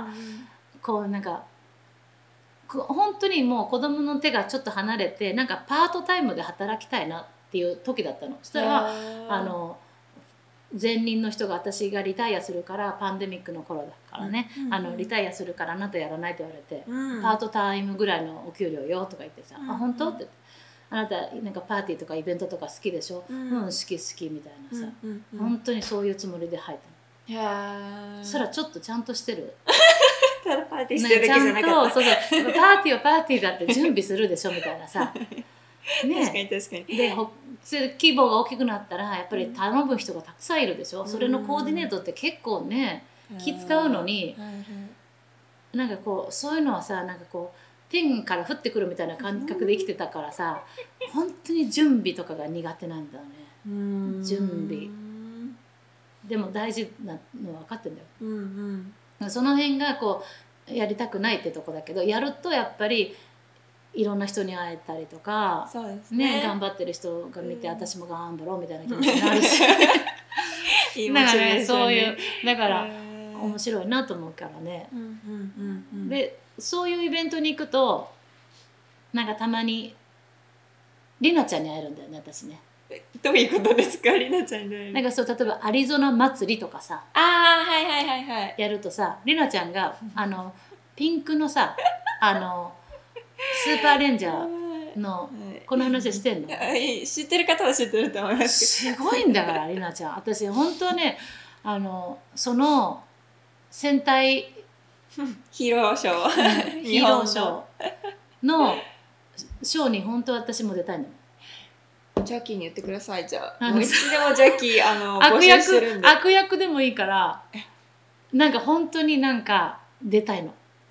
こうなんか本当にもう子供の手がちょっと離れてなんかパートタイムで働きたいなっていう時だったの。そしたらあの前任の人が私がリタイアするからパンデミックの頃だからね、うんうん、あのリタイアするからあなたやらないって言われて、うん、パートタイムぐらいのお給料よとか言ってさ、うん、あ本当って。あなたなんかパーティーとかイベントとか好きでしょ、うん、うん、好き好きみたいなさ、うんうんうん、本当にそういうつもりで入ったの。いやそしたらちょっとちゃんとしてるただパーティーしてるだけじゃなかった、 そうそうパーティーはパーティーだって準備するでしょみたいなさね、 確かに確かに。 で規模が大きくなったらやっぱり頼む人がたくさんいるでしょ、うん、それのコーディネートって結構ね気使うのに、うん、なんかこうそういうのはさなんかこう天から降ってくるみたいな感覚で生きてたからさ、本当に準備とかが苦手なんだよね。うん準備でも大事なの分かってんだよ、うんうん、その辺がこうやりたくないってとこだけど、やるとやっぱりいろんな人に会えたりとか、 そうですね、 ね頑張ってる人が見て、うん、私も頑張ろうみたいな気持ちになるしいいモチベーションね、 そういうだから面白いなと思うからね、うんうんうんうん、でそういうイベントに行くとなんかたまにりなちゃんに会えるんだよね私ね。 どういうことですかりなちゃんに会える？ なんかそう例えばアリゾナ祭りとかさあはいはいはいはいやるとさりなちゃんがあのピンクのさあのスーパーレンジャーのこの話してんの？ 知ってる方は知ってると思いますけどすごいんだからりなちゃん。私本当はねあのその戦隊ヒーローショーヒーローショーのショーに本当は私も出たいの。 ジャッキーに言ってください。じゃあもういつでもジャッキーあの悪役募集してるんで悪役でもいいからなんか本当になんか出たいの。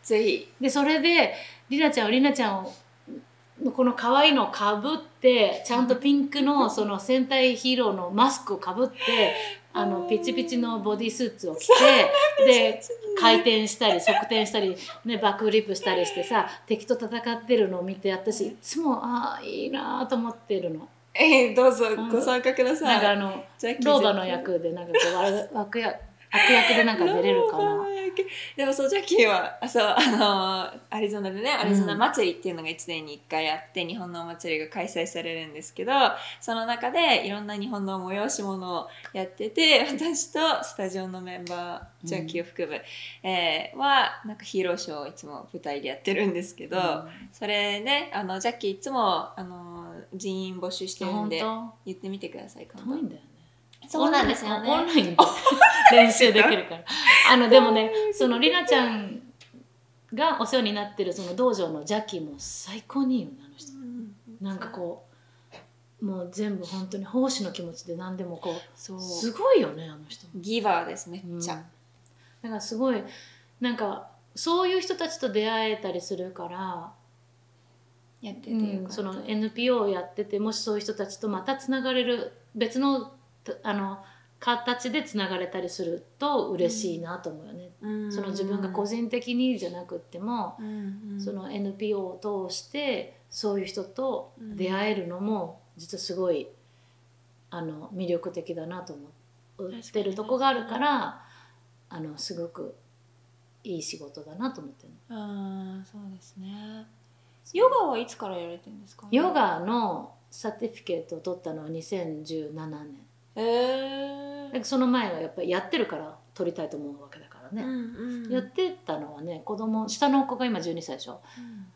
ぜひ。 でそれでりなちゃんはりなちゃんをこの可愛いのをかぶってちゃんとピンクのその戦隊ヒーローのマスクをかぶってあのピチピチのボディスーツを着てで回転したり側転したり、ね、バックフリップしたりしてさ敵と戦ってるのを見て私いつもああいいなと思ってるの。 えー、どうぞご参加ください。 なんかあの老婆の役でなんかこう悪役悪役でなんか出れるかな。 でもそうジャッキーはそうあのアリゾナでねアリゾナ祭りっていうのがいちねんにいっかいあって、うん、日本のお祭りが開催されるんですけどその中でいろんな日本の催し物をやってて私とスタジオのメンバージャッキーを含む、うんえー、はなんかヒーローショーをいつも舞台でやってるんですけど、うん、それねあのジャッキーいつもあの人員募集してるんで言ってみてください。 遠いんだよね。 そうなんですよね。 オンラインで練習できるから。あのでもね、そのりなちゃんがお世話になってるその道場のジャッキーも最高にいいよねあの人。うん、なんかこうもう全部本当に奉仕の気持ちで何でもこうそうすごいよねあの人。 ギバーですめっちゃ。うん、 だからすごいなんかそういう人たちと出会えたりするから。 やっててよかった、 うん、その エヌピーオー をやっててもしそういう人たちとまたつながれる別のあの形でつながれたりすると嬉しいなと思うよね、うん、その自分が個人的にじゃなくっても、うん、その エヌピーオー を通してそういう人と出会えるのも実はすごいあの魅力的だなと思ってるとこがあるからあのすごくいい仕事だなと思ってる。 ああそうですね。ヨガはいつからやられてるんですか？ ヨガのサティフィケートを取ったのはにせんじゅうななねん。 えー、 その前はやっぱりやってるから取りたいと思うわけだからね、うんうん、やってたのはね子供下の子が今じゅうにさいでしょ、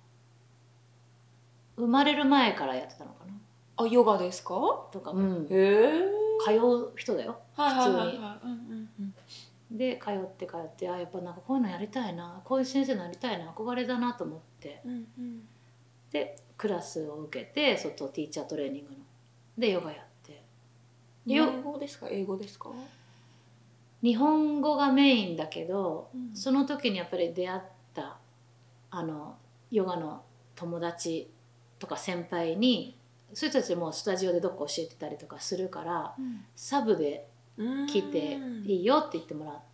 うん、生まれる前からやってたのかな。 あヨガですかとか、うん、 へえ通う人だよ、 はいはいはいはい、 普通にで通って通ってあやっぱなんかこういうのやりたいなこういう先生になりたいな憧れだなと思って、うんうん、でクラスを受けて外ティーチャートレーニングのでヨガやって。 日本語ですか英語ですか？ 日本語がメインだけど、うん、その時にやっぱり出会ったあのヨガの友達とか先輩にそういう人たちもスタジオでどっか教えてたりとかするから、うん、サブで来ていいよって言ってもらって、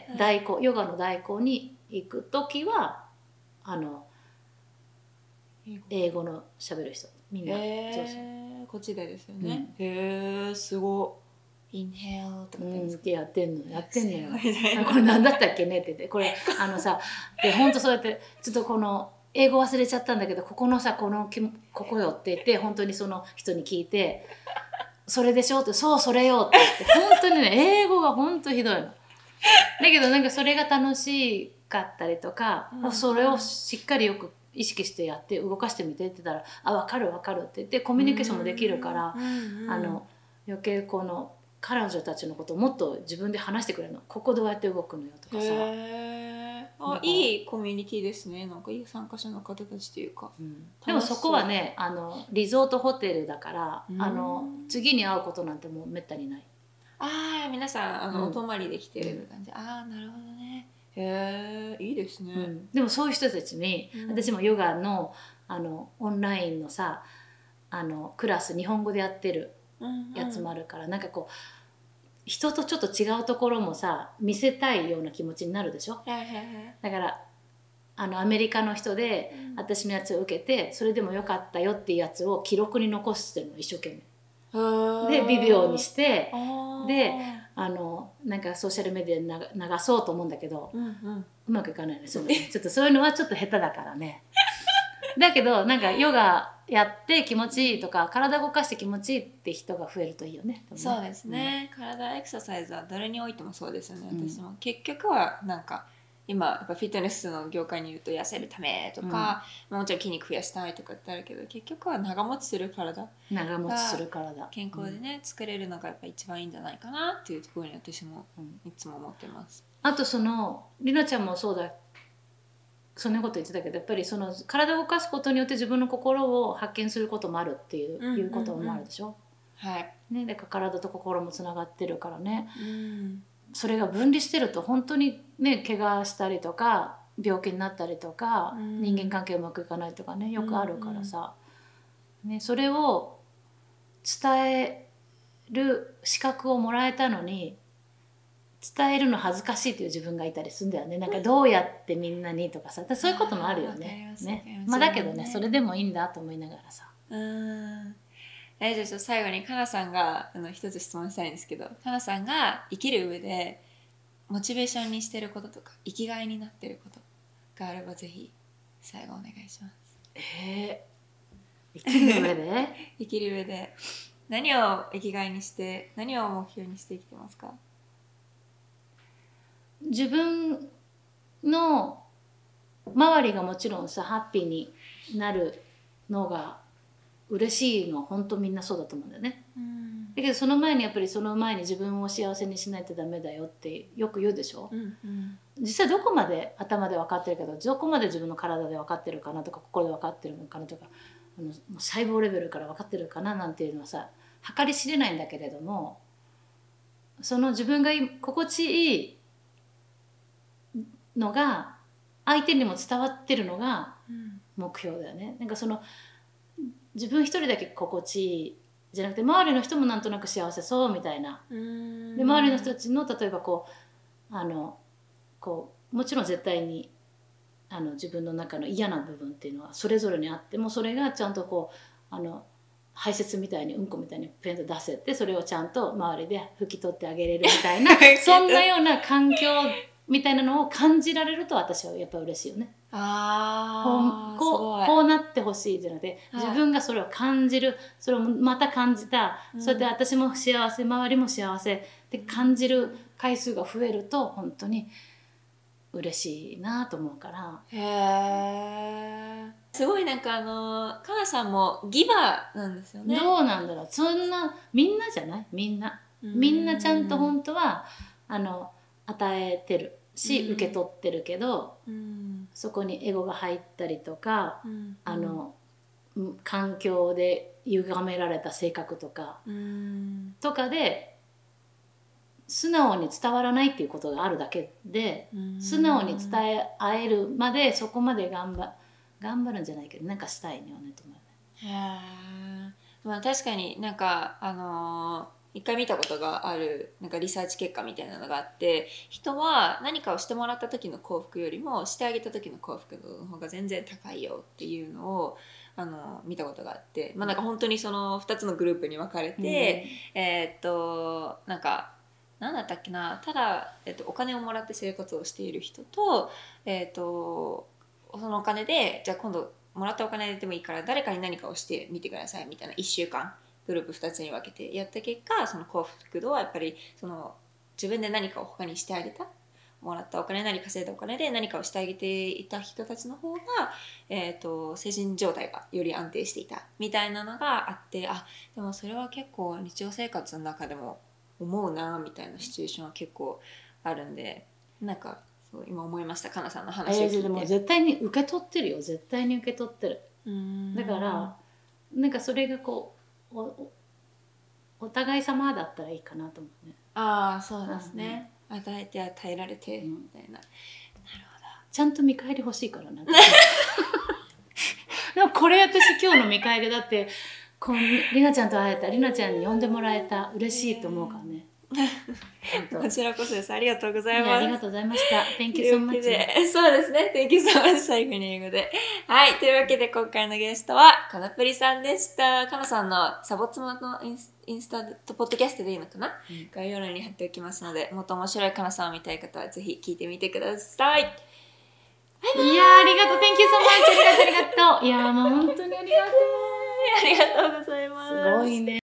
うん、代行ヨガの代行に行く時はあの英語の喋る人みんな上手。こっちでですよね、うん、へえすごいインヘルとかってやってんのやってんのよこれ何だったっけねって言ってこれあのさで本当そうやってちょっとこの英語忘れちゃったんだけどここのさこのここよって言って本当にその人に聞いてそれでしょってそうそれよって言って本当にね英語が本当ひどいのだけどなんかそれが楽しかったりとか、うん、それをしっかりよく意識してやって動かしてみてって言ったら「あ分かる分かる」って言ってコミュニケーションもできるから、うんうん、あの余計この彼女たちのことをもっと自分で話してくれるのここどうやって動くのよとかさへあいいコミュニティですねなんかいい参加者の方たちというか、 うん、でもそこはねあのリゾートホテルだから、うん、あの次に会うことなんてもうめったにない。 ああ皆さんあの、うん、お泊まりできてる感じ、うん、ああなるほどねへえいいですね、うん、 でもそういう人たちに、うん、私もヨガ の, あのオンラインのさあのクラス日本語でやってるやつもあるから、うんうん、なんかこう人とちょっと違うところもさ見せたいような気持ちになるでしょ、 はいはいはい、 だからあのアメリカの人で、うん、私のやつを受けてそれでもよかったよっていうやつを記録に残してるの一生懸命でビデオにしてであのなんかソーシャルメディアで流そうと思うんだけど、うんうん、うまくいかないねそれちょっとそういうのはちょっと下手だからねだけどなんかヨガやって気持ちいいとか体動かして気持ちいいって人が増えるといいよね。 そうですね、うん、体エクササイズは誰においてもそうですよね、私も、うん、結局はなんか今やっぱフィットネスの業界にいると痩せるためとか、うん、もちろん筋肉増やしたいとかってあるけど結局は長持ちする体長持ちする体健康でね、うん、作れるのがやっぱ一番いいんじゃないかなっていうところに私もいつも思ってます、 うん、あとそのりなちゃんもそうだそんなこと言ってたけどやっぱりその体を動かすことによって自分の心を発見することもあるっていう、うんうんうん、いうこともあるでしょ、 はいね、だから体と心もつながってるからね、うん、それが分離してると本当にね怪我したりとか病気になったりとか、 うん、 人間関係うまくいかないとかねよくあるからさ、うんうんね、それを伝える資格をもらえたのに伝えるの恥ずかしいという自分がいたりするんだよね。なんかどうやってみんなにとかさ、そういうこともあるよね。ね、まあだけどね、それでもいいんだと思いながらさ。 うん。えじゃあちょっと最後にかなさんがあの一つ質問したいんですけど、かなさんが生きる上でモチベーションにしてることとか生きがいになってることがあればぜひ最後お願いします。 えー、生きる上で生きる上で何を生きがいにして何を目標にして生きてますか？ 自分の周りがもちろんさハッピーになるのが嬉しいのは本当みんなそうだと思うんだよね、うん、だけどその前にやっぱりその前に自分を幸せにしないとダメだよってよく言うでしょ、うんうん、実際どこまで頭で分かってるけどどこまで自分の体で分かってるかなとか心で分かってるのかなとかあの細胞レベルから分かってるかななんていうのはさ計り知れないんだけれども、その自分が心地いいのが相手にも伝わってるのが目標だよね、うん、なんかその自分一人だけ心地いいじゃなくて周りの人もなんとなく幸せそうみたいな、で周りの人たちの例えばこうあのこうもちろん絶対にあの自分の中の嫌な部分っていうのはそれぞれにあってもそれがちゃんとこうあの排泄みたいにうんこみたいにペンと出せてそれをちゃんと周りで拭き取ってあげれるみたいなそんなような環境みたいなのを感じられると私はやっぱ嬉しいよね。あこう、こうなってほしいじゃなくて、はい、自分がそれを感じるそれをまた感じた、うん、それで私も幸せ周りも幸せって感じる回数が増えると本当に嬉しいなと思うから。 へー、すごいなんかあのかなさんもギバーなんですよね。 どうなんだろう、そんなみんなじゃないみんなみんなちゃんと本当はあの与えてるし受け取ってるけど、うん、そこにエゴが入ったりとか、うん、あの環境で歪められた性格とか、うん、とかで素直に伝わらないっていうことがあるだけで、うん、素直に伝え合えるまでそこまで頑張頑張るんじゃないけどなんかしたいよねと思うね。 へー、まあ、確かになんかあのー一回見たことがあるなんかリサーチ結果みたいなのがあって、人は何かをしてもらった時の幸福よりもしてあげた時の幸福の方が全然高いよっていうのをあの見たことがあって、まあ、なんか本当にそのふたつのグループに分かれて、うん、えー、っとなんか何だったっけな、ただ、えー、っとお金をもらって生活をしている人と、えー、っとそのお金でじゃあ今度もらったお金でもいいから誰かに何かをしてみてくださいみたいないっしゅうかんグループふたつに分けてやった結果、その幸福度はやっぱりその自分で何かを他にしてあげた、もらったお金なり稼いだお金で何かをしてあげていた人たちの方が、えーと、精神状態がより安定していたみたいなのがあって、あでもそれは結構日常生活の中でも思うなみたいなシチュエーションは結構あるんで、なんかそう今思いました、かなさんの話を聞いて。 えー、でも絶対に受け取ってるよ、絶対に受け取ってる。うーん、だからなんかそれがこうお, お互い様だったらいいかなと思うね。 ああそうですね、うん、与えて与えられてみたいな、うん、なるほど。 ちゃんと見返り欲しいからなでもこれ私今日の見返りだってこうりなちゃんと会えた、りなちゃんに呼んでもらえた、嬉しいと思うからね。 こちらこそです。ありがとうございます。 ありがとうございました。Thank you so much。 そうですね。Thank you so much。最後に英語で。はい。というわけで今回のゲストはかなぷりさんでした。かなさんのサボツマのインスインスタとポッドキャストでいいのかな、うん、概要欄に貼っておきますので、もっと面白いかなさんを見たい方はぜひ聞いてみてください。いやありがとう。Thank you so much。ありがとうありがとう。いやもう本当にありがとう。 ありがとうございます。 すごいね。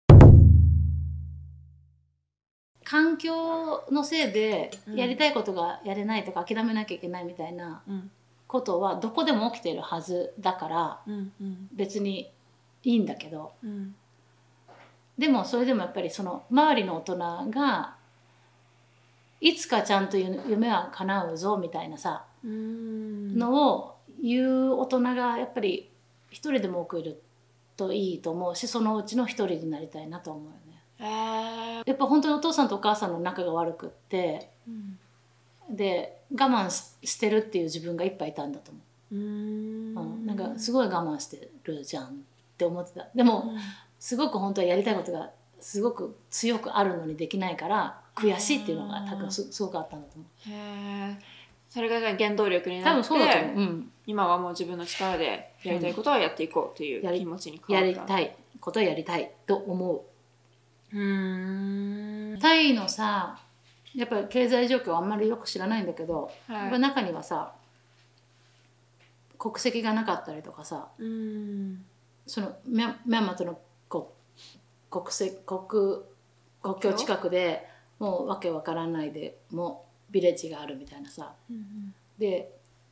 環境のせいでやりたいことがやれないとか諦めなきゃいけないみたいなことはどこでも起きているはずだから別にいいんだけど、うん、でもそれでもやっぱりその周りの大人がいつかちゃんと夢は叶うぞみたいなさのを言う大人がやっぱり一人でも多くいるといいと思うし、そのうちの一人になりたいなと思うよね。やっぱ本当にお父さんとお母さんの仲が悪くって、うん、 で我慢 し, してるっていう自分がいっぱいいたんだと思う。 うーん、 うん、なんかすごい我慢してるじゃんって思ってた。でも、うん、すごく本当はやりたいことがすごく強くあるのにできないから悔しいっていうのが多分 す, すごくあったんだと思う。 へえ。それがじゃあ原動力になって、多分そうだと思う、うん、 今はもう自分の力でやりたいことはやっていこうという気持ちに変わった。 やり、やりたいことをやりたいと思う。 うーん、 タイのさ、やっぱり経済状況あんまりよく知らないんだけど、はい、やっぱ中にはさ国籍がなかったりとかさ、 うん、 そのミャンマーとのこ国籍国国境近くでもうわけわからないでもうビレッジがあるみたいなさ、うんうん、で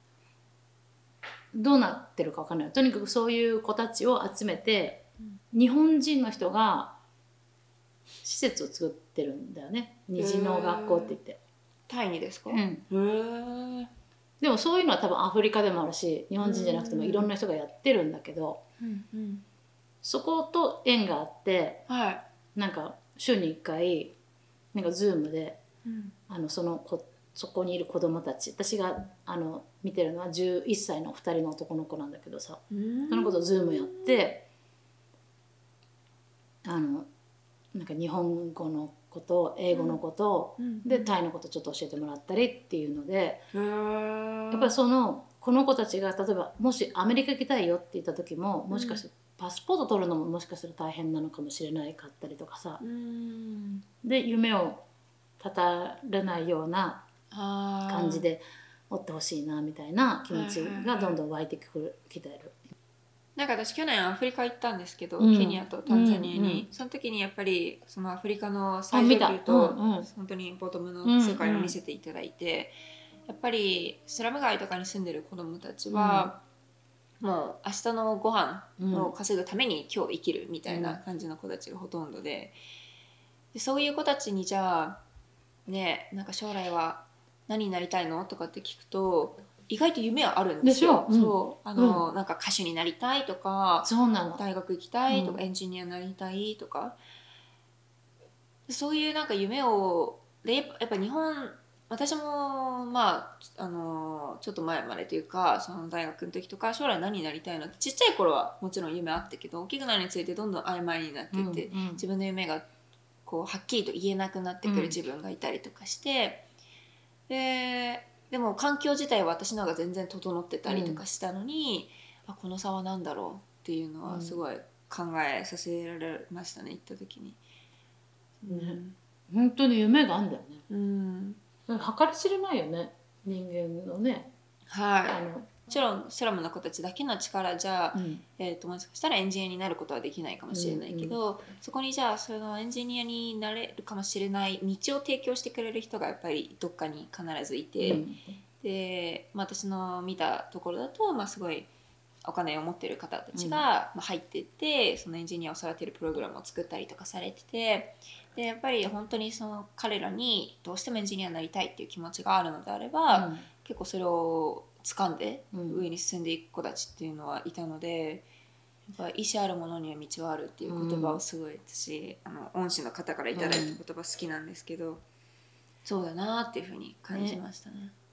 どうなってるかわかんない。とにかくそういう子たちを集めて、うん、日本人の人が施設を作ってるんだよね。虹の学校って言って。 タイにですか？ うん、へえ。でもそういうのは多分アフリカでもあるし日本人じゃなくてもいろんな人がやってるんだけど、うんうん、そこと縁があって、はい、なんか週にいっかいなんか Zoom で、うん、あの そのこそこにいる子供たち、私があの見てるのはじゅういっさいのふたりの男の子なんだけどさ、その子と Zoom やってあのなんか日本語のこと英語のこと、うん、でタイのことちょっと教えてもらったりっていうので、うん、やっぱりそのこの子たちが例えばもしアメリカ行きたいよって言った時ももしかしてパスポート取るのももしかしたら大変なのかもしれないかったりとかさ、うん、で夢を絶たれないような感じでおってほしいなみたいな気持ちがどんどん湧いてきてる。 なんか私去年アフリカ行ったんですけど、うん、ケニアとタンザニアに、うんうん、その時にやっぱりそのアフリカの最上級と、うんうん、本当にボトムの世界を見せていただいて、うんうん、やっぱりスラム街とかに住んでる子どもたちは、うん、もう明日のご飯を稼ぐために今日生きるみたいな感じの子たちがほとんどで、でそういう子たちにじゃあね、なんか将来は何になりたいのとかって聞くと意外と夢はあるんですよ。うん、そうあの、うん、なんか歌手になりたいとか、 そうなの、 大学行きたいとか、うん、エンジニアになりたいとか、そういうなんか夢をでやっぱ日本、私もまああのちょっと前までというかその大学の時とか将来何になりたいのってちっちゃい頃はもちろん夢あったけど大きくなるにつれてどんどん曖昧になっていって、うんうん、自分の夢がこうはっきりと言えなくなってくる自分がいたりとかして、うん、ででも環境自体は私の方が全然整ってたりとかしたのに、うん、あこの差は何だろうっていうのはすごい考えさせられましたね、行った時に、 ね、うん、本当に夢があるんだよね、 うん、 計り知れないよね人間のね、 はい、あのもちろんスラムの子たちだけの力じゃ、うんえー、ともしかしたらエンジニアになることはできないかもしれないけど、うんうん、そこにじゃあそのエンジニアになれるかもしれない道を提供してくれる人がやっぱりどっかに必ずいて、うん、で、まあ、私の見たところだと、まあ、すごいお金を持ってる方たちが、うんまあ、入っていってそのエンジニアを育てるプログラムを作ったりとかされてて、でやっぱり本当にその彼らにどうしてもエンジニアになりたいっていう気持ちがあるのであれば、うん、結構それを掴んで上に進んでいく子たちっていうのはいたので、やっぱ意志あるものには道はあるっていう言葉をすごい私、うん、あの恩師の方からいただいた言葉好きなんですけど、うん、そうだなっていうふうに感じましたね。